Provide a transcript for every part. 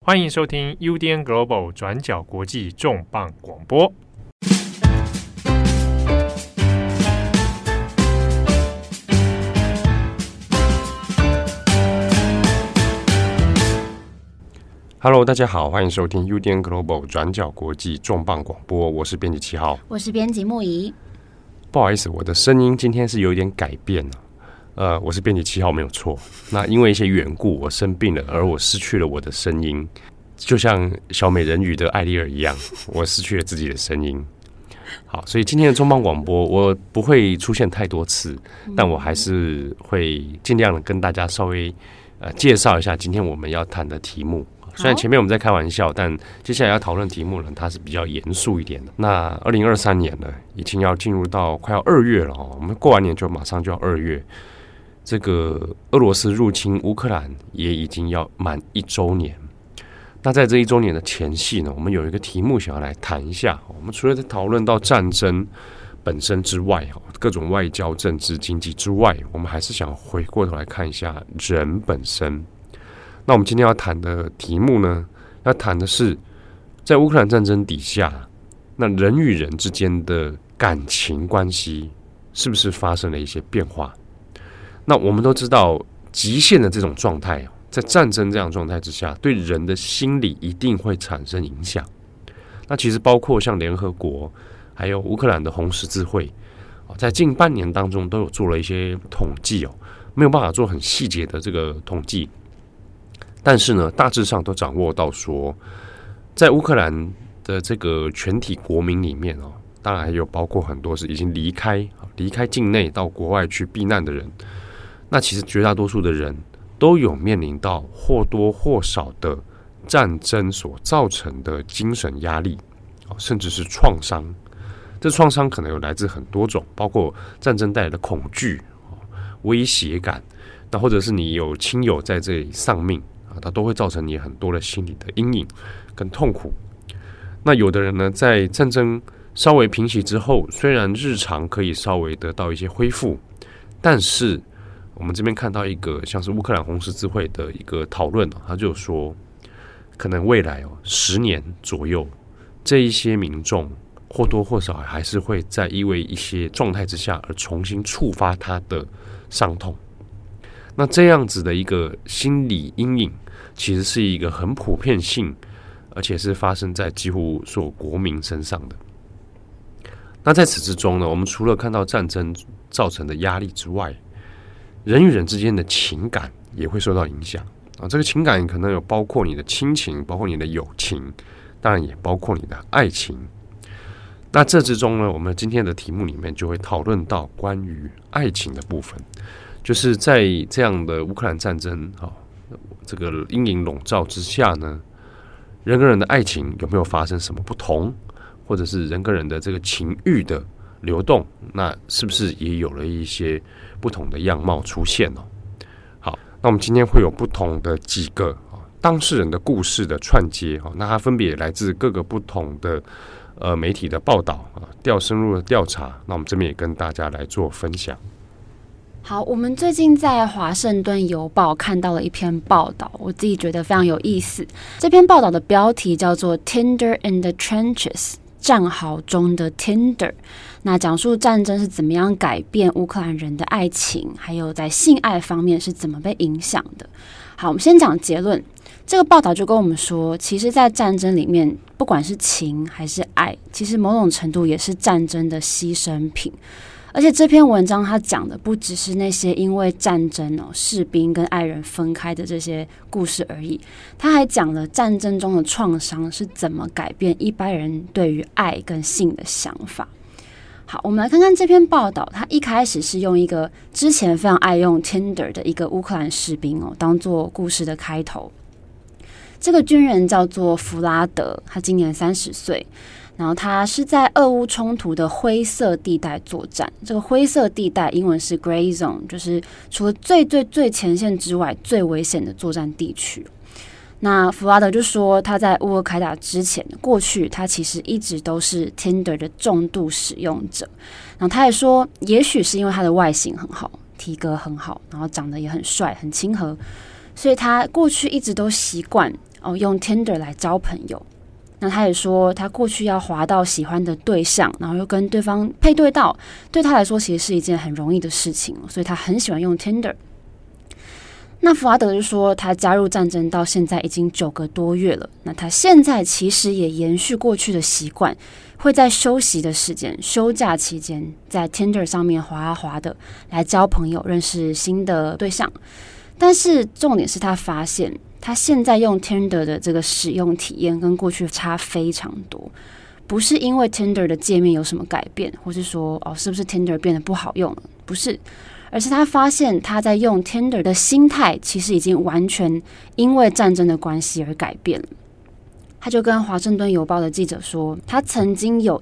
欢迎收听 UDN Global 转角国际重磅广播。Hello， 大家好，欢迎收听 UDN Global 转角国际重磅广播，我是编辑7号， 我是编辑木仪。 不好意思，我的声音今天是有点改变了。我是编辑7号没有错。那因为一些缘故，我生病了，而我失去了我的声音，就像小美人鱼的艾丽儿一样，我失去了自己的声音。好，所以今天的重磅广播我不会出现太多次，但我还是会尽量的跟大家稍微介绍一下今天我们要谈的题目。虽然前面我们在开玩笑，但接下来要讨论题目呢，它是比较严肃一点的。那2023年了，已经要进入到快要2月了哦，我们过完年就马上就要2月。这个俄罗斯入侵乌克兰也已经要满1周年。那在这1周年的前夕呢，我们有一个题目想要来谈一下。我们除了在讨论到战争本身之外，各种外交、政治、经济之外，我们还是想回过头来看一下人本身。那我们今天要谈的题目呢，要谈的是在乌克兰战争底下，那人与人之间的感情关系是不是发生了一些变化？那我们都知道，极限的这种状态，在战争这样的状态之下，对人的心理一定会产生影响。那其实包括像联合国，还有乌克兰的红十字会，在近半年当中都有做了一些统计没有办法做很细节的这个统计。但是呢，大致上都掌握到说，在乌克兰的这个全体国民里面当然还有包括很多是已经离开境内到国外去避难的人。那其实绝大多数的人都有面临到或多或少的战争所造成的精神压力，甚至是创伤。这创伤可能有来自很多种，包括战争带来的恐惧、威胁感，那或者是你有亲友在这里丧命。它都会造成你很多的心理的阴影跟痛苦。那有的人呢，在战争稍微平息之后，虽然日常可以稍微得到一些恢复，但是我们这边看到一个像是乌克兰红十字会的一个讨论，他就说，可能未来10年左右，这一些民众或多或少还是会在因为一些状态之下而重新触发他的伤痛。那这样子的一个心理阴影，其实是一个很普遍性，而且是发生在几乎所有国民身上的。那在此之中呢，我们除了看到战争造成的压力之外，人与人之间的情感也会受到影响这个情感可能有包括你的亲情，包括你的友情，当然也包括你的爱情。那这之中呢，我们今天的题目里面就会讨论到关于爱情的部分。就是在这样的乌克兰战争这个阴影笼罩之下呢，人跟人的爱情有没有发生什么不同，或者是人跟人的这个情欲的流动，那是不是也有了一些不同的样貌出现好，那我们今天会有不同的几个当事人的故事的串接那它分别来自各个不同的媒体的报道深入的调查，那我们这边也跟大家来做分享。 好，我们最近在华盛顿邮报看到了一篇报道，我自己觉得非常有意思。这篇报道的标题叫做 Tinder in the Trenches， 战壕中的 Tinder。 那讲述战争是怎么样改变乌克兰人的爱情，还有在性爱方面是怎么被影响的。好，我们先讲结论。这个报道就跟我们说，其实在战争里面，不管是情还是爱，其实某种程度也是战争的牺牲品。而且这篇文章它讲的不只是那些因为战争士兵跟爱人分开的这些故事而已，他还讲了战争中的创伤是怎么改变一般人对于爱跟性的想法。好，我们来看看这篇报道，他一开始是用一个之前非常爱用 Tinder 的一个乌克兰士兵当做故事的开头。这个军人叫做弗拉德，他今年30岁。然后他是在俄乌冲突的灰色地带作战，这个灰色地带英文是 Gray Zone， 就是除了最前线之外最危险的作战地区。那弗拉德就说，他在乌俄开打之前，过去他其实一直都是 Tinder 的重度使用者。然后他也说，也许是因为他的外形很好，体格很好，然后长得也很帅很亲和，所以他过去一直都习惯用 Tinder 来交朋友。那他也说，他过去要滑到喜欢的对象，然后又跟对方配对到，对他来说其实是一件很容易的事情，所以他很喜欢用 Tinder。那弗拉德就说，他加入战争到现在已经9个多月了。那他现在其实也延续过去的习惯，会在休息的时间、休假期间，在 Tinder 上面滑啊滑的来交朋友、认识新的对象。但是重点是他发现，他现在用 Tinder 的这个使用体验跟过去差非常多。不是因为 Tinder 的界面有什么改变，或是说是不是 Tinder 变得不好用了？不是。而是他发现他在用 Tinder 的心态其实已经完全因为战争的关系而改变了。他就跟华盛顿邮报的记者说，他曾经有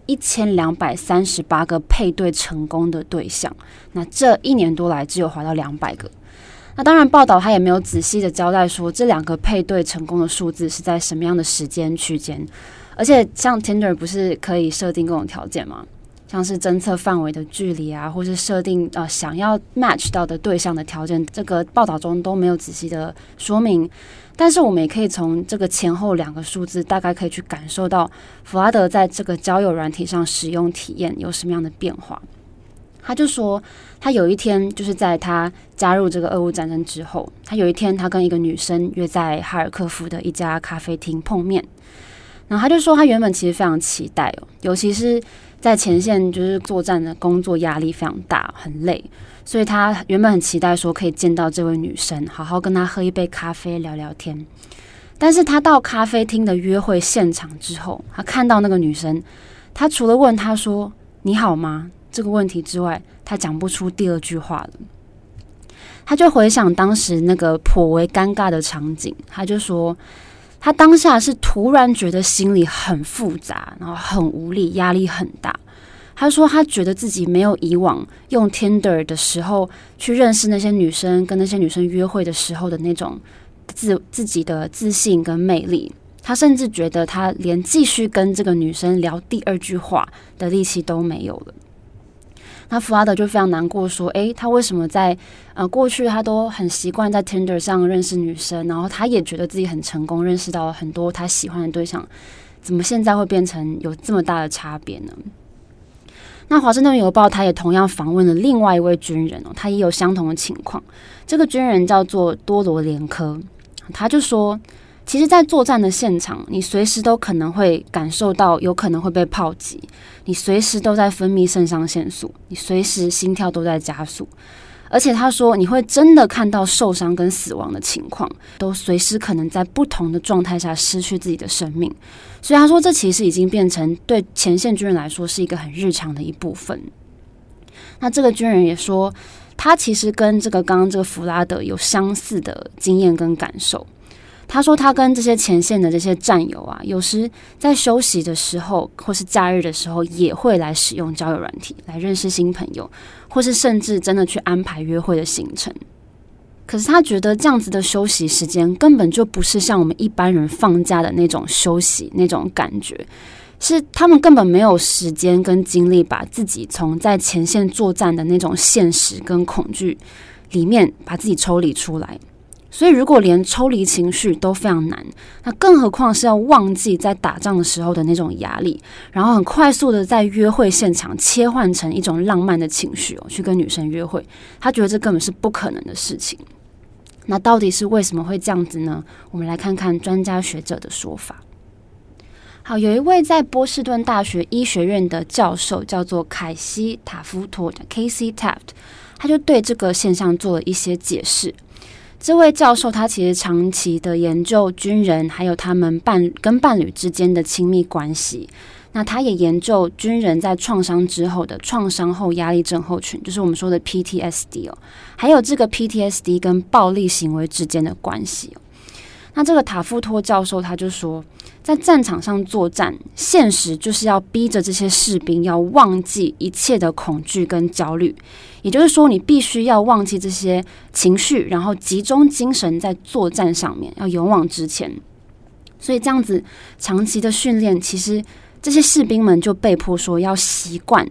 1238个配对成功的对象，那这1年多来只有滑到200个。那当然报道他也没有仔细的交代说这2个配对成功的数字是在什么样的时间区间，而且像 Tinder 不是可以设定各种条件吗？像是侦测范围的距离啊，或是设定想要 match 到的对象的条件，这个报道中都没有仔细的说明。但是我们也可以从这个前后2个数字，大概可以去感受到弗拉德在这个交友软体上使用体验有什么样的变化。他就说，他有一天就是在他加入这个俄乌战争之后，他有一天他跟一个女生约在哈尔科夫的一家咖啡厅碰面。然后他就说，他原本其实非常期待尤其是在前线就是作战的工作压力非常大，很累，所以他原本很期待说可以见到这位女生，好好跟她喝一杯咖啡聊聊天。但是他到咖啡厅的约会现场之后，他看到那个女生，他除了问她说你好吗这个问题之外，他讲不出第2句话了。他就回想当时那个颇为尴尬的场景，他就说他当下是突然觉得心里很复杂，然后很无力，压力很大。他说他觉得自己没有以往用 Tinder 的时候去认识那些女生，跟那些女生约会的时候的那种自己的自信跟魅力。他甚至觉得他连继续跟这个女生聊第2句话的力气都没有了。那弗拉德就非常难过说，他为什么在过去他都很习惯在 Tinder 上认识女生，然后他也觉得自己很成功，认识到了很多他喜欢的对象，怎么现在会变成有这么大的差别呢？那华盛顿邮报他也同样访问了另外一位军人他也有相同的情况。这个军人叫做多罗连科，他就说，其实在作战的现场，你随时都可能会感受到有可能会被炮击，你随时都在分泌肾上腺素，你随时心跳都在加速，而且他说你会真的看到受伤跟死亡的情况，都随时可能在不同的状态下失去自己的生命。所以他说这其实已经变成对前线军人来说是一个很日常的一部分。那这个军人也说，他其实跟刚刚这个弗拉德有相似的经验跟感受。他说他跟这些前线的这些战友有时在休息的时候或是假日的时候也会来使用交友软体来认识新朋友，或是甚至真的去安排约会的行程。可是他觉得这样子的休息时间根本就不是像我们一般人放假的那种休息那种感觉，是他们根本没有时间跟精力把自己从在前线作战的那种现实跟恐惧里面把自己抽离出来。所以如果连抽离情绪都非常难，那更何况是要忘记在打仗的时候的那种压力，然后很快速的在约会现场切换成一种浪漫的情绪去跟女生约会。他觉得这根本是不可能的事情。那到底是为什么会这样子呢？我们来看看专家学者的说法。好，有一位在波士顿大学医学院的教授叫做凯西·塔夫托 Casey Taft， 他就对这个现象做了一些解释。这位教授他其实长期的研究军人还有他们跟伴侣之间的亲密关系，那他也研究军人在创伤之后的创伤后压力症候群，就是我们说的 PTSD 还有这个 PTSD 跟暴力行为之间的关系那这个塔夫托教授他就说，在战场上作战，现实就是要逼着这些士兵要忘记一切的恐惧跟焦虑，也就是说你必须要忘记这些情绪，然后集中精神在作战上面，要勇往直前。所以这样子长期的训练，其实这些士兵们就被迫说要习惯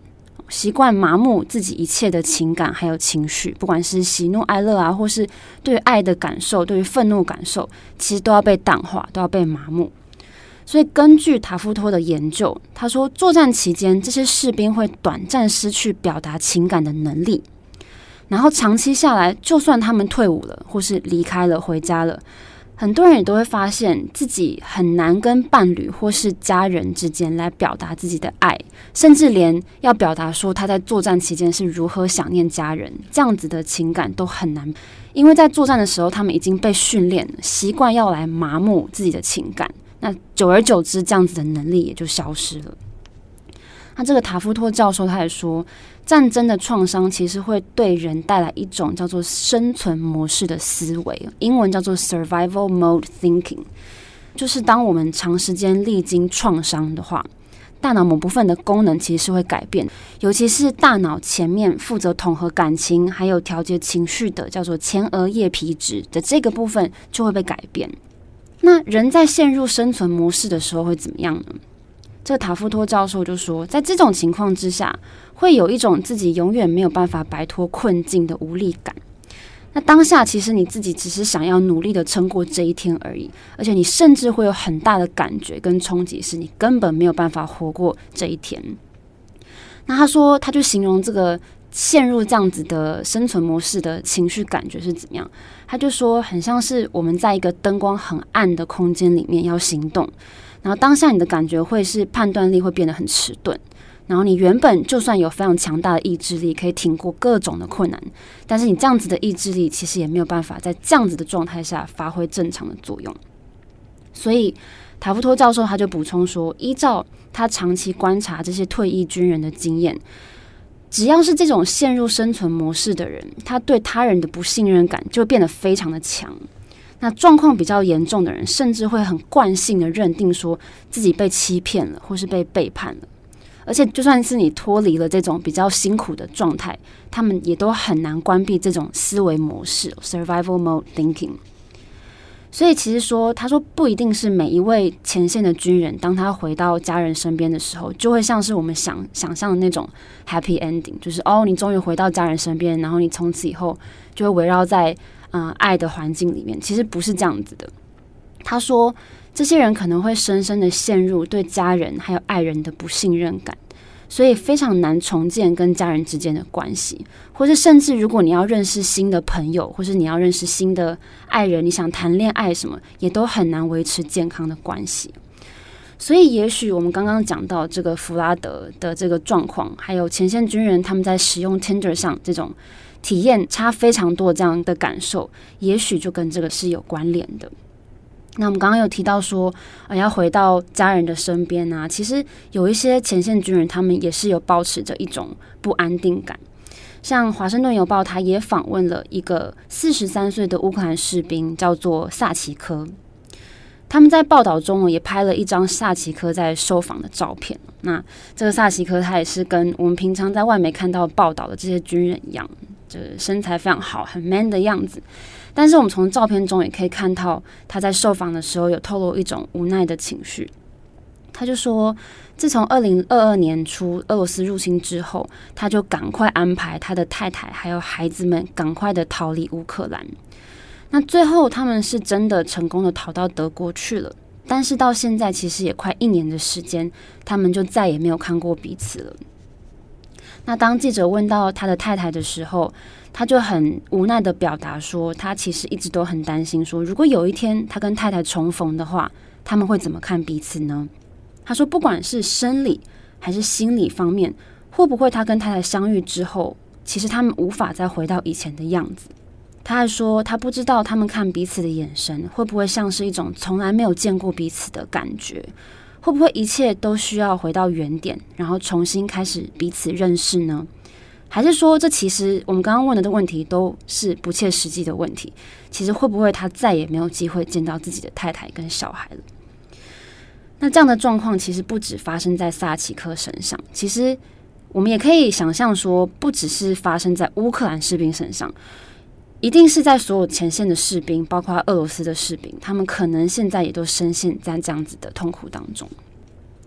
习惯麻木自己一切的情感还有情绪，不管是喜怒哀乐啊，或是对于爱的感受，对于愤怒感受，其实都要被淡化，都要被麻木。所以根据塔夫托的研究，他说作战期间这些士兵会短暂失去表达情感的能力，然后长期下来，就算他们退伍了或是离开了回家了，很多人也都会发现自己很难跟伴侣或是家人之间来表达自己的爱，甚至连要表达说他在作战期间是如何想念家人，这样子的情感都很难，因为在作战的时候他们已经被训练了，习惯要来麻木自己的情感，那久而久之这样子的能力也就消失了。那这个塔夫托教授他也说，战争的创伤其实会对人带来一种叫做生存模式的思维，英文叫做 survival mode thinking， 就是当我们长时间历经创伤的话，大脑某部分的功能其实是会改变，尤其是大脑前面负责统合感情还有调节情绪的叫做前额叶皮质的这个部分就会被改变。那人在陷入生存模式的时候会怎么样呢？这个塔夫托教授就说，在这种情况之下，会有一种自己永远没有办法摆脱困境的无力感。那当下其实你自己只是想要努力的撑过这一天而已，而且你甚至会有很大的感觉跟冲击，是你根本没有办法活过这一天。那他说，他就形容这个陷入这样子的生存模式的情绪感觉是怎么样？他就说，很像是我们在一个灯光很暗的空间里面要行动，然后当下你的感觉会是判断力会变得很迟钝，然后你原本就算有非常强大的意志力可以挺过各种的困难，但是你这样子的意志力其实也没有办法在这样子的状态下发挥正常的作用。所以塔夫托教授他就补充说，依照他长期观察这些退役军人的经验，只要是这种陷入生存模式的人，他对他人的不信任感就会变得非常的强。那状况比较严重的人，甚至会很惯性的认定说自己被欺骗了，或是被背叛了。而且就算是你脱离了这种比较辛苦的状态，他们也都很难关闭这种思维模式 survival mode thinking。 所以其实说，他说不一定是每一位前线的军人，当他回到家人身边的时候，就会像是我们想象的那种 happy ending， 就是你终于回到家人身边，然后你从此以后就会围绕在爱的环境里面。其实不是这样子的。他说这些人可能会深深的陷入对家人还有爱人的不信任感，所以非常难重建跟家人之间的关系，或是甚至如果你要认识新的朋友，或是你要认识新的爱人，你想谈恋爱什么，也都很难维持健康的关系。所以也许我们刚刚讲到这个弗拉德的这个状况，还有前线军人他们在使用 Tinder 上这种体验差非常多这样的感受，也许就跟这个是有关联的。那我们刚刚有提到说，要回到家人的身边啊，其实有一些前线军人他们也是有抱持着一种不安定感。像华盛顿邮报他也访问了一个43岁的乌克兰士兵，叫做萨奇科。他们在报道中也拍了一张萨奇科在受访的照片。那这个萨奇科他也是跟我们平常在外媒看到报道的这些军人一样，就是身材非常好，很 man 的样子。但是我们从照片中也可以看到，他在受访的时候有透露一种无奈的情绪。他就说，自从2022年初俄罗斯入侵之后，他就赶快安排他的太太还有孩子们赶快的逃离乌克兰。那最后他们是真的成功的逃到德国去了，但是到现在其实也快1年的时间，他们就再也没有看过彼此了。那当记者问到他的太太的时候，他就很无奈的表达说，他其实一直都很担心说，如果有一天他跟太太重逢的话，他们会怎么看彼此呢？他说不管是生理还是心理方面，会不会他跟太太相遇之后，其实他们无法再回到以前的样子。他还说他不知道他们看彼此的眼神会不会像是一种从来没有见过彼此的感觉，会不会一切都需要回到原点，然后重新开始彼此认识呢？还是说这其实我们刚刚问的问题都是不切实际的问题，其实会不会他再也没有机会见到自己的太太跟小孩了？那这样的状况其实不只发生在萨奇科身上，其实我们也可以想象说，不只是发生在乌克兰士兵身上，一定是在所有前线的士兵，包括俄罗斯的士兵，他们可能现在也都深陷在这样子的痛苦当中。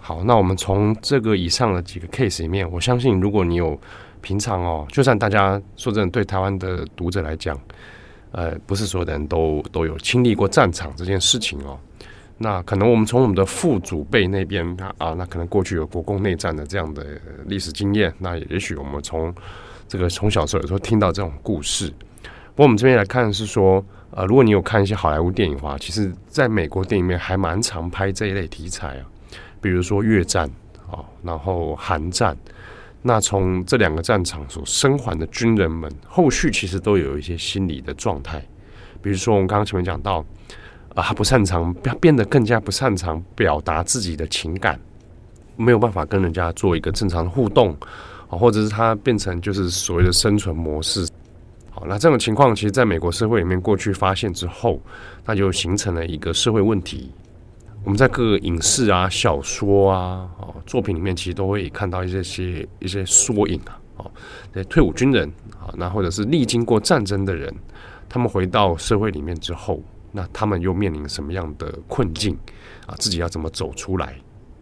好，那我们从这个以上的几个 case 里面，我相信如果你有平常就算大家说真的对台湾的读者来讲，不是所有的人都有经历过战场这件事情那可能我们从我们的父祖辈那边那可能过去有国共内战的这样的历史经验，那也许我们从小时候有时候听到这种故事。不过我们这边来看是说，如果你有看一些好莱坞电影的话，其实在美国电影里面还蛮常拍这一类题材比如说越战然后韩战。那从这两个战场所生还的军人们，后续其实都有一些心理的状态，比如说我们刚刚前面讲到，他变得更加不擅长表达自己的情感，没有办法跟人家做一个正常的互动，或者是他变成就是所谓的生存模式。好，那这种情况其实在美国社会里面过去发现之后，那就形成了一个社会问题。我们在各个影视小说作品里面，其实都会看到一些缩影退伍军人那或者是历经过战争的人，他们回到社会里面之后，那他们又面临什么样的困境自己要怎么走出来？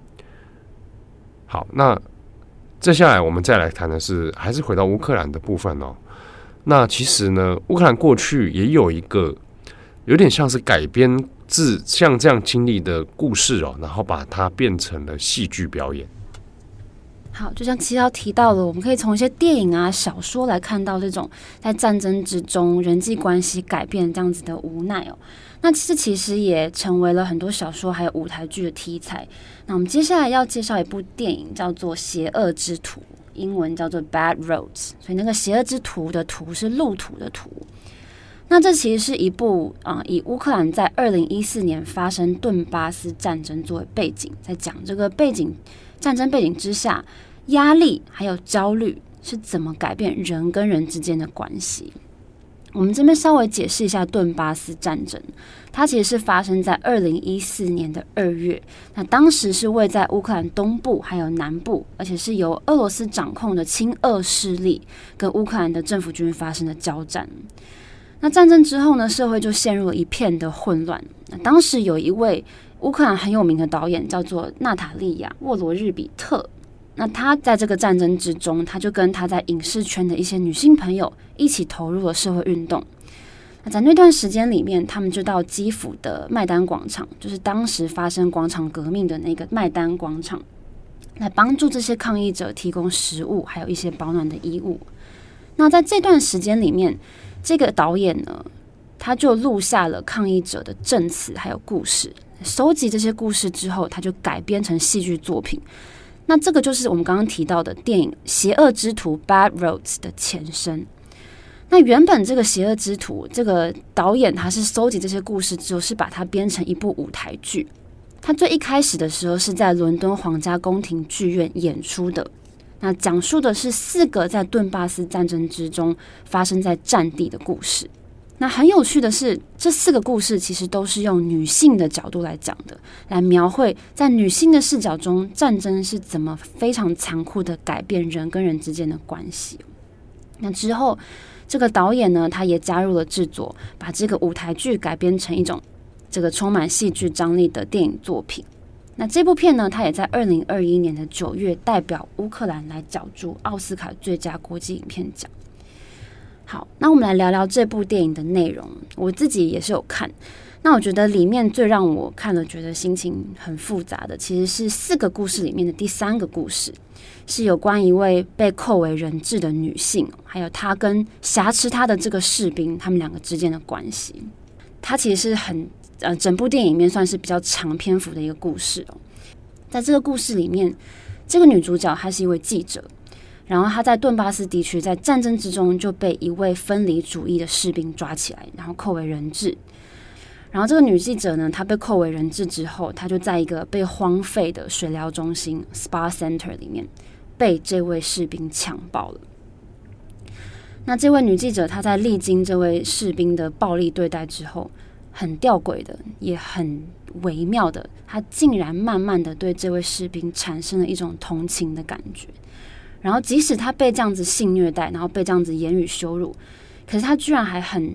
好，那接下来我们再来谈的是，还是回到乌克兰的部分那其实呢，乌克兰过去也有一个有点像是改编自像这样经历的故事然后把它变成了戏剧表演。 好，就像七号提到了，我们可以从一些电影小说来看到这种在战争之中人际关系改变这样子的无奈那其实也成为了很多小说还有舞台剧的题材。那我们接下来要介绍一部电影，叫做《邪恶之徒》，英文叫做 Bad Roads， 所以那个邪恶之徒的徒是路途的途。那这其实是一部以乌克兰在2014年发生顿巴斯战争作为背景，在讲这个战争背景之下，压力还有焦虑是怎么改变人跟人之间的关系。我们这边稍微解释一下顿巴斯战争，它其实是发生在2014年的2月，那当时是位在乌克兰东部还有南部，而且是由俄罗斯掌控的亲俄势力跟乌克兰的政府军发生的交战。那战争之后呢，社会就陷入了一片的混乱。那当时有一位乌克兰很有名的导演叫做娜塔莉亚·沃罗日比特，那他在这个战争之中，他就跟他在影视圈的一些女性朋友一起投入了社会运动。那在那段时间里面，他们就到基辅的麦丹广场，就是当时发生广场革命的那个麦丹广场，来帮助这些抗议者提供食物，还有一些保暖的衣物。那在这段时间里面，这个导演呢，他就录下了抗议者的证词还有故事，收集这些故事之后，他就改编成戏剧作品。那这个就是我们刚刚提到的电影《邪恶之徒》Bad Roads 的前身。那原本这个《邪恶之徒》这个导演他是收集这些故事之后，是把它编成一部舞台剧。他最一开始的时候是在伦敦皇家宫廷剧院演出的。那讲述的是4个在顿巴斯战争之中发生在战地的故事。那很有趣的是，这4个故事其实都是用女性的角度来讲的，来描绘在女性的视角中，战争是怎么非常残酷的改变人跟人之间的关系。那之后，这个导演呢，他也加入了制作，把这个舞台剧改编成一种这个充满戏剧张力的电影作品。那这部片呢，它也在2021年的9月代表乌克兰来角逐奥斯卡最佳国际影片奖。好，那我们来聊聊这部电影的内容。我自己也是有看，那我觉得里面最让我看了觉得心情很复杂的，其实是4个故事里面的第3个故事，是有关一位被扣为人质的女性，还有她跟挟持她的这个士兵，他们2个之间的关系。它其实是整部电影里面算是比较长篇幅的一个故事在这个故事里面，这个女主角她是一位记者，然后她在顿巴斯地区在战争之中就被一位分离主义的士兵抓起来，然后扣为人质。然后这个女记者呢，她被扣为人质之后，她就在一个被荒废的水疗中心 SPA Center 里面被这位士兵强暴了。那这位女记者她在历经这位士兵的暴力对待之后，很吊诡的也很微妙的，她竟然慢慢的对这位士兵产生了一种同情的感觉。然后即使她被这样子性虐待，然后被这样子言语羞辱，可是她居然还很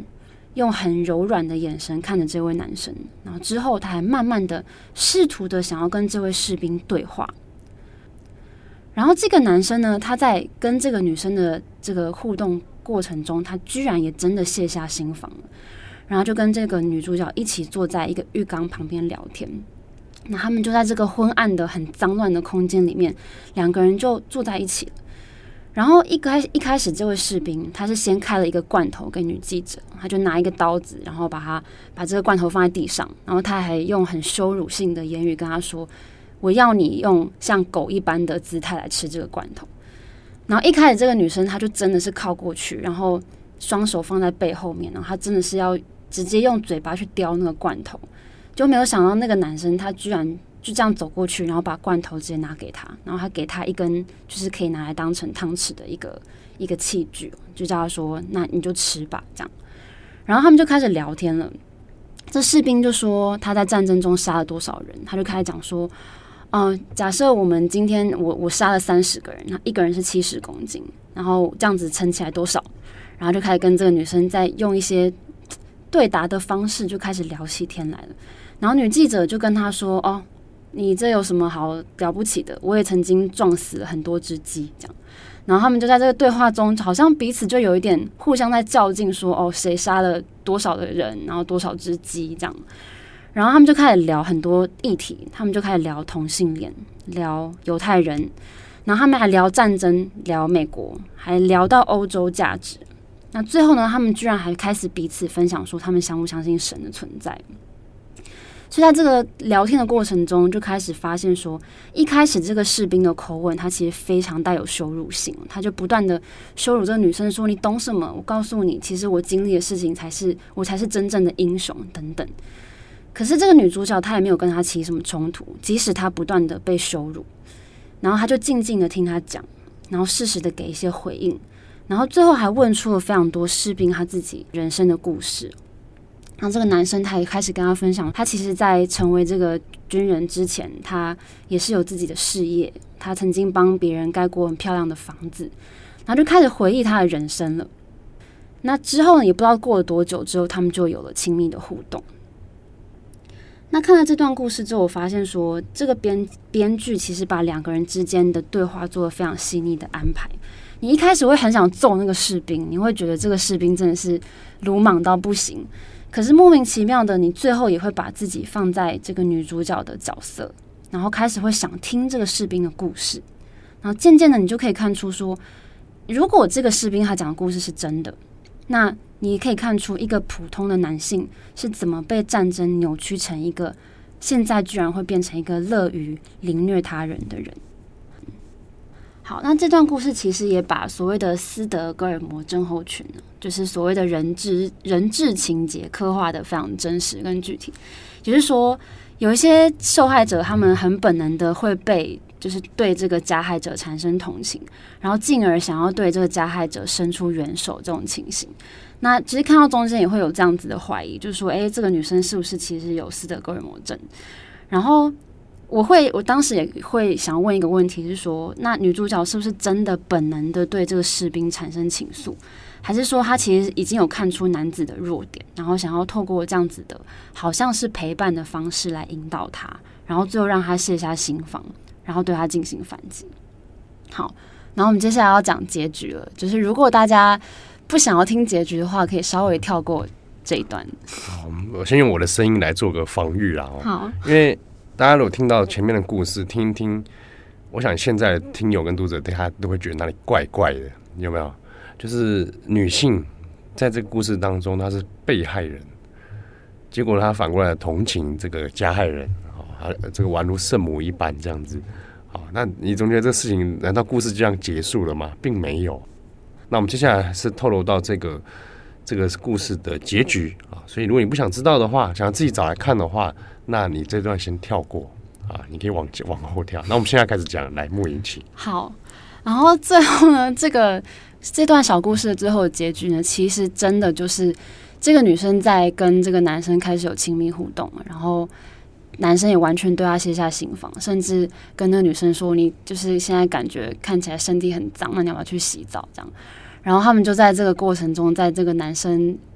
用很柔软的眼神看着这位男生，然后之后他还慢慢的试图的想要跟这位士兵对话。然后这个男生呢，他在跟这个女生的这个互动过程中，他居然也真的卸下心防了，然后就跟这个女主角一起坐在一个浴缸旁边聊天。那他们就在这个昏暗的很脏乱的空间里面，两个人就坐在一起了。然后一开始这位士兵他是先开了一个罐头给女记者，他就拿一个刀子，然后把这个罐头放在地上，然后他还用很羞辱性的言语跟他说，我要你用像狗一般的姿态来吃这个罐头。然后一开始这个女生她就真的是靠过去，然后双手放在背后面，然后她真的是要直接用嘴巴去叼那个罐头，就没有想到那个男生他居然就这样走过去，然后把罐头直接拿给他，然后他给他一根就是可以拿来当成汤匙的一个器具，就叫他说那你就吃吧这样。然后他们就开始聊天了，这士兵就说他在战争中杀了多少人，他就开始讲说假设我们今天我杀了30个人，那一个人是70公斤，然后这样子称起来多少，然后就开始跟这个女生在用一些对答的方式就开始聊起天来了。然后女记者就跟他说你这有什么好了不起的，我也曾经撞死了很多只鸡这样。然后他们就在这个对话中好像彼此就有一点互相在较劲说谁杀了多少的人，然后多少只鸡这样。然后他们就开始聊很多议题，他们就开始聊同性恋，聊犹太人，然后他们还聊战争，聊美国，还聊到欧洲价值。那最后呢，他们居然还开始彼此分享说他们相不相信神的存在。所以在这个聊天的过程中，就开始发现说，一开始这个士兵的口吻他其实非常带有羞辱性，他就不断的羞辱这个女生说，你懂什么，我告诉你，其实我经历的事情我才是真正的英雄等等。可是这个女主角她也没有跟他起什么冲突，即使她不断的被羞辱，然后她就静静的听他讲，然后适时的给一些回应，然后最后还问出了非常多士兵他自己人生的故事。然后这个男生他也开始跟他分享，他其实在成为这个军人之前，他也是有自己的事业，他曾经帮别人盖过很漂亮的房子，然后就开始回忆他的人生了。那之后呢，也不知道过了多久之后，他们就有了亲密的互动。那看了这段故事之后，我发现说，这个编剧其实把两个人之间的对话做了非常细腻的安排。你一开始会很想揍那个士兵，你会觉得这个士兵真的是鲁莽到不行，可是莫名其妙的，你最后也会把自己放在这个女主角的角色，然后开始会想听这个士兵的故事，然后渐渐的你就可以看出说，如果这个士兵他讲的故事是真的，那你可以看出一个普通的男性是怎么被战争扭曲成一个现在居然会变成一个乐于凌虐他人的人。好，那这段故事其实也把所谓的斯德哥尔摩症候群，就是所谓的人质情节刻画的非常真实跟具体。也就是说，有一些受害者他们很本能的会被就是对这个加害者产生同情，然后进而想要对这个加害者伸出援手这种情形。那其实看到中间也会有这样子的怀疑，就是说这个女生是不是其实有斯德哥尔摩症。然后我当时也会想问一个问题，是说那女主角是不是真的本能的对这个士兵产生情愫，还是说她其实已经有看出男子的弱点，然后想要透过这样子的好像是陪伴的方式来引导他，然后最后让他卸下心防，然后对他进行反击。好，然后我们接下来要讲结局了，就是如果大家不想要听结局的话，可以稍微跳过这一段。 好，我先用我的声音来做个防御啦。 好， 因为大家如果听到前面的故事，听一听，我想现在的听友跟读者对他都会觉得哪里怪怪的，有没有？就是女性在这个故事当中，她是被害人，结果她反过来同情这个加害人，这个宛如圣母一般这样子。好，那你总觉得这个事情难道故事就这样结束了吗？并没有。那我们接下来是透露到这个故事的结局啊，所以如果你不想知道的话，想要自己找来看的话，那你这段先跳过啊，你可以往后跳。那我们现在开始讲，来木影起。 好，然后最后呢，这段小故事的最后的结局呢，其实真的就是这个女生在跟这个男生开始有亲密互动，然后男生也完全对她卸下心防，甚至跟那个女生说：“你就是现在感觉看起来身体很脏，那你要不要去洗澡？”这样，然后他们就在这个过程中，在这个男生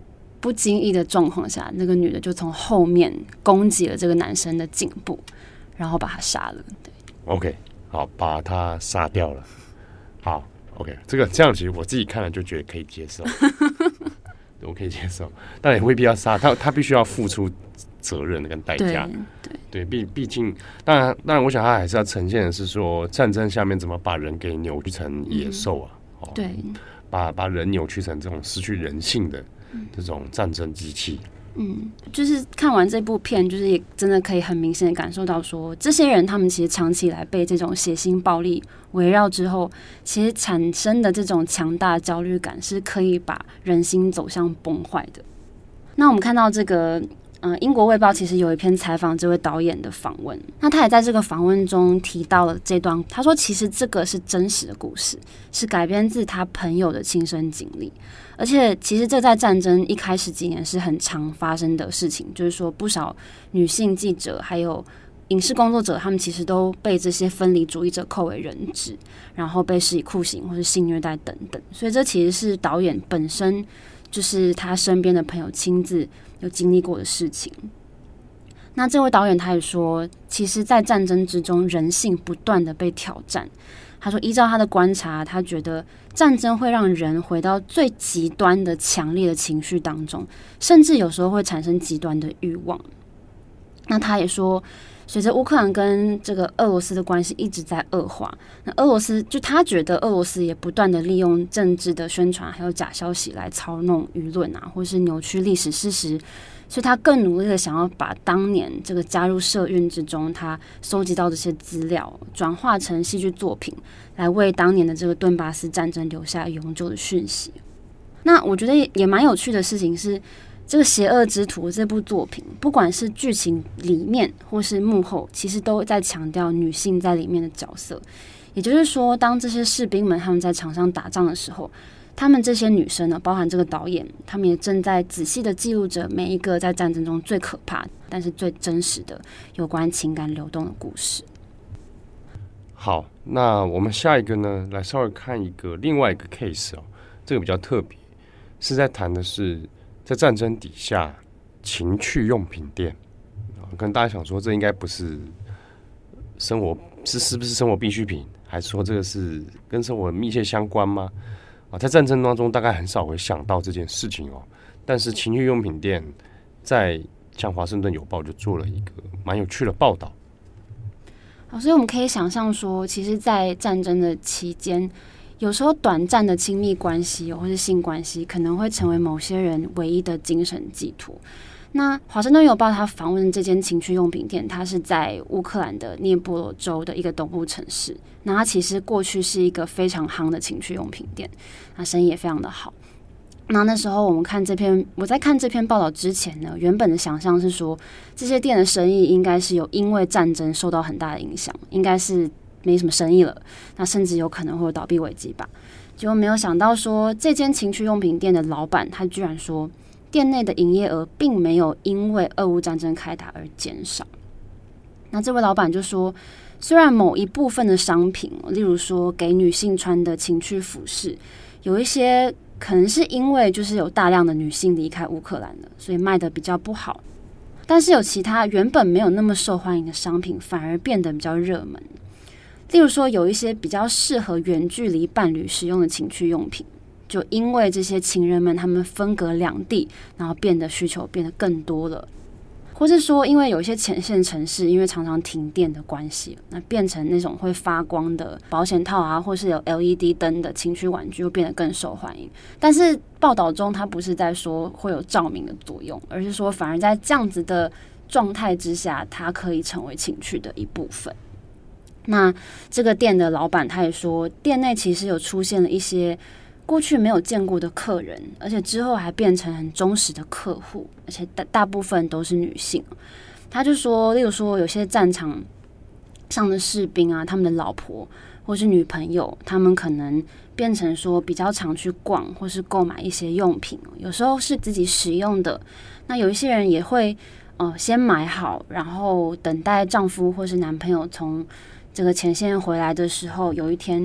不经意的状况下，那个女的就从后面攻击了这个男生的颈部，然后把他杀了。对 OK， 好，把他杀掉了。好 ，OK， 这样其实我自己看了就觉得可以接受，我可以接受，但也未必要杀他必须要付出责任跟代价。对，毕竟，当然，我想他还是要呈现的是说，战争下面怎么把人给扭曲成野兽啊？ 对， 把人扭曲成这种失去人性的这种战争机器。 就是看完这部片，就是也真的可以很明显的感受到说，这些人他们其实长期以来被这种血腥暴力围绕之后，其实产生的这种强大焦虑感是可以把人心走向崩坏的。那我们看到这个英国卫报其实有一篇采访这位导演的访问，那他也在这个访问中提到了这段，他说其实这个是真实的故事，是改编自他朋友的亲身经历，而且其实这在战争一开始几年是很常发生的事情，就是说不少女性记者还有影视工作者，他们其实都被这些分离主义者扣为人质，然后被施以酷刑或是性虐待等等，所以这其实是导演本身就是他身边的朋友亲自有经历过的事情。那这位导演他也说，其实在战争之中人性不断的被挑战，他说依照他的观察，他觉得战争会让人回到最极端的强烈的情绪当中，甚至有时候会产生极端的欲望。那他也说，随着乌克兰跟这个俄罗斯的关系一直在恶化，那俄罗斯就他觉得俄罗斯也不断的利用政治的宣传还有假消息来操弄舆论啊，或是扭曲历史事实，所以他更努力的想要把当年这个加入社运之中他收集到这些资料转化成戏剧作品，来为当年的这个顿巴斯战争留下永久的讯息。那我觉得也蛮有趣的事情是，这个《邪恶之徒》这部作品，不管是剧情里面或是幕后，其实都在强调女性在里面的角色。也就是说，当这些士兵们他们在场上打仗的时候，他们这些女生呢，包含这个导演，他们也正在仔细的记录着每一个在战争中最可怕但是最真实的有关情感流动的故事。 好，那我们下一个呢，来稍微看另外一个 case 哦，这个比较特别，是在谈的是在战争底下情趣用品店。可能大家想说，这应该不是生活，是不是生活必需品，还是说这个是跟生活密切相关吗？在战争当中大概很少会想到这件事情哦。但是情趣用品店在像华盛顿邮报就做了一个蛮有趣的报道。 好，所以我们可以想象说，其实在战争的期间，有时候短暂的亲密关系或是性关系可能会成为某些人唯一的精神寄托。那华盛顿邮报他访问这间情趣用品店，它是在乌克兰的涅波罗州的一个东部城市。那它其实过去是一个非常夯的情趣用品店，那生意也非常的好。那时候我在看这篇报道之前呢，原本的想象是说，这些店的生意应该是有因为战争受到很大的影响，应该是没什么生意了，那甚至有可能会有倒闭危机吧。结果没有想到说，这间情趣用品店的老板他居然说，店内的营业额并没有因为俄乌战争开打而减少。那这位老板就说，虽然某一部分的商品，例如说给女性穿的情趣服饰，有一些可能是因为就是有大量的女性离开乌克兰了，所以卖得比较不好，但是有其他原本没有那么受欢迎的商品反而变得比较热门。例如说有一些比较适合远距离伴侣使用的情趣用品，就因为这些情人们他们分隔两地，然后需求变得更多了。或是说因为有一些前线城市因为常常停电的关系，那变成那种会发光的保险套啊，或是有 LED 灯的情趣玩具又变得更受欢迎。但是报道中他不是在说会有照明的作用，而是说反而在这样子的状态之下，它可以成为情趣的一部分。那这个店的老板他也说，店内其实有出现了一些过去没有见过的客人，而且之后还变成很忠实的客户，而且大部分都是女性。他就说，例如说有些战场上的士兵啊，他们的老婆或是女朋友，他们可能变成说比较常去逛或是购买一些用品，有时候是自己使用的。那有一些人也会先买好，然后等待丈夫或是男朋友从这个前线回来的时候，有一天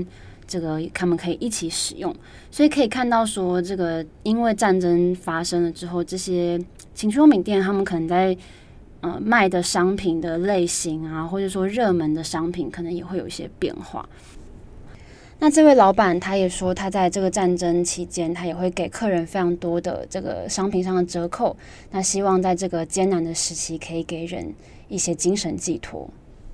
这个他们可以一起使用。所以可以看到说，这个因为战争发生了之后，这些情趣用品店他们可能在卖的商品的类型啊，或者说热门的商品，可能也会有一些变化。那这位老板他也说，他在这个战争期间，他也会给客人非常多的这个商品上的折扣，那希望在这个艰难的时期可以给人一些精神寄托。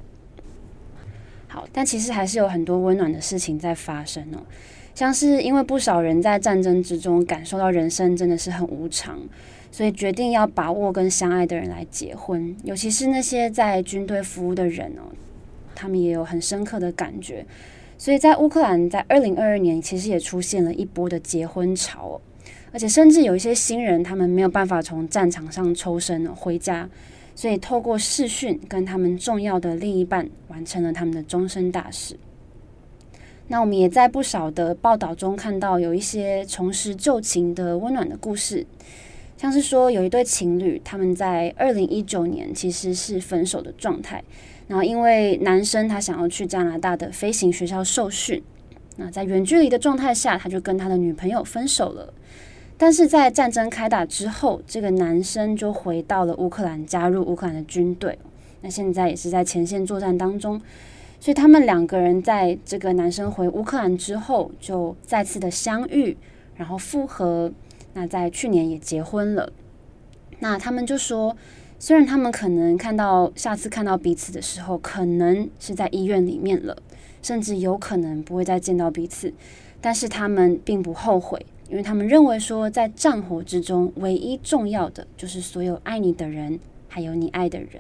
好，但其实还是有很多温暖的事情在发生哦，像是因为不少人在战争之中感受到人生真的是很无常，所以决定要把握跟相爱的人来结婚，尤其是那些在军队服务的人哦，他们也有很深刻的感觉。所以在乌克兰在2022年其实也出现了一波的结婚潮哦，而且甚至有一些新人他们没有办法从战场上抽身回家，所以透过视讯跟他们重要的另一半完成了他们的终身大事。那我们也在不少的报道中看到有一些重拾旧情的温暖的故事，像是说有一对情侣他们在2019年其实是分手的状态，然后因为男生他想要去加拿大的飞行学校受训，那在远距离的状态下他就跟他的女朋友分手了。但是在战争开打之后，这个男生就回到了乌克兰，加入乌克兰的军队，那现在也是在前线作战当中。所以他们两个人在这个男生回乌克兰之后就再次的相遇，然后复合，那在去年也结婚了。那他们就说，虽然他们可能下次看到彼此的时候可能是在医院里面了，甚至有可能不会再见到彼此，但是他们并不后悔，因为他们认为说，在战火之中唯一重要的就是所有爱你的人还有你爱的人。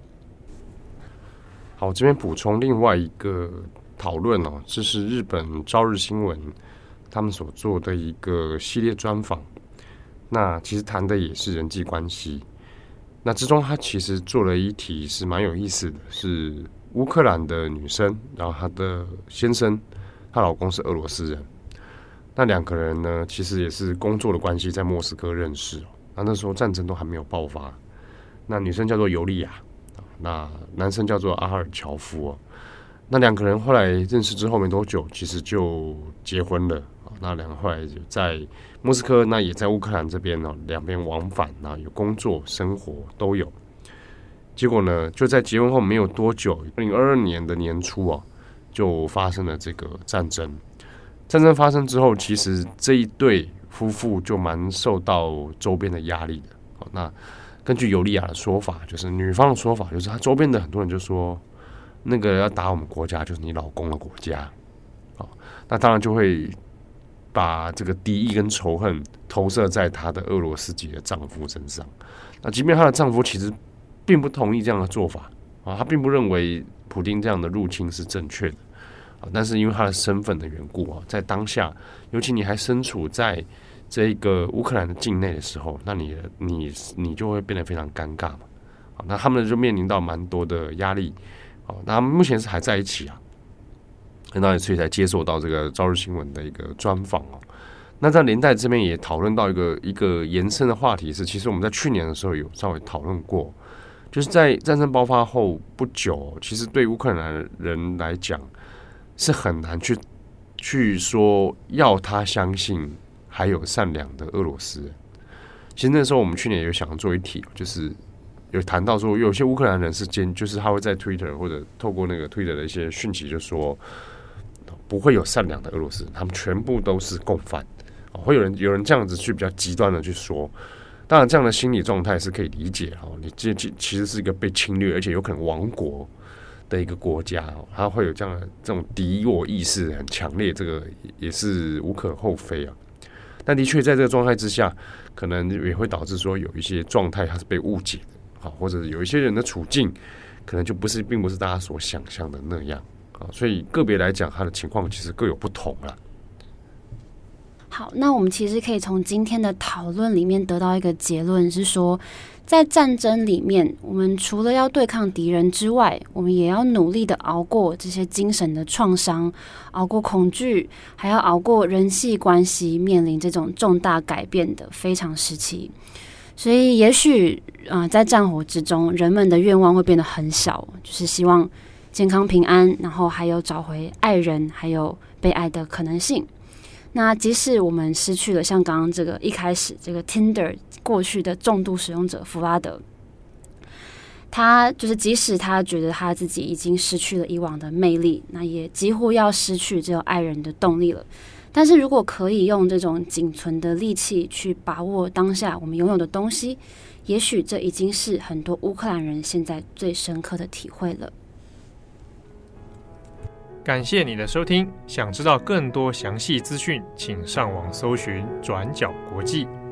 好，这边补充另外一个讨论哦，这是日本朝日新闻他们所做的一个系列专访，那其实谈的也是人际关系。那之中他其实做了一题是蛮有意思的，是乌克兰的女生，然后她的先生，她老公是俄罗斯人，那两个人呢其实也是工作的关系在莫斯科认识哦，那时候战争都还没有爆发。那女生叫做尤利亚，那男生叫做阿哈尔乔夫哦。那两个人后来认识之后没多久，其实就结婚了。那两个后来就在莫斯科，那也在乌克兰这边哦，两边往返，那有工作、生活都有。结果呢，就在结婚后没有多久，2022年的年初哦，就发生了这个战争。战争发生之后，其实这一对夫妇就蛮受到周边的压力的。那根据尤利亚的说法，就是女方的说法，就是她周边的很多人就说，那个要打我们国家就是你老公的国家，那当然就会把这个敌意跟仇恨投射在她的俄罗斯籍的丈夫身上。那即便她的丈夫其实并不同意这样的做法他并不认为普丁这样的入侵是正确的但是因为他的身份的缘故在当下，尤其你还身处在这个乌克兰的境内的时候，那你就会变得非常尴尬嘛。那他们就面临到蛮多的压力。那他们目前是还在一起那所以才接受到这个朝日新闻的一个专访那在连带这边也讨论到一个延伸的话题是，其实我们在去年的时候有稍微讨论过，就是在战争爆发后不久，其实对乌克兰人来讲是很难去说要他相信还有善良的俄罗斯人。其实那时候我们去年有想做一题，就是有谈到说有些乌克兰人就是他会在 Twitter 或者透过那个 Twitter 的一些讯息就说不会有善良的俄罗斯人，他们全部都是共犯。会有人这样子去比较极端的去说，当然这样的心理状态是可以理解你其实是一个被侵略而且有可能亡国的一个国家它会有这样的这种敌我意识很强烈，这个也是无可厚非但的确在这个状态之下，可能也会导致说有一些状态它是被误解的或者有一些人的处境可能就并不是大家所想象的那样所以个别来讲，他的情况其实各有不同啦。 好，那我们其实可以从今天的讨论里面得到一个结论，是说在战争里面，我们除了要对抗敌人之外，我们也要努力的熬过这些精神的创伤，熬过恐惧，还要熬过人际关系面临这种重大改变的非常时期。所以也许在战火之中，人们的愿望会变得很小，就是希望健康平安，然后还有找回爱人还有被爱的可能性。那即使我们失去了像刚刚这个一开始这个 Tinder 过去的重度使用者弗拉德，他就是即使他觉得他自己已经失去了以往的魅力，那也几乎要失去这种爱人的动力了。但是如果可以用这种仅存的力气去把握当下我们拥有的东西，也许这已经是很多乌克兰人现在最深刻的体会了。 感谢你的收听，想知道更多详细资讯，请上网搜寻转角国际。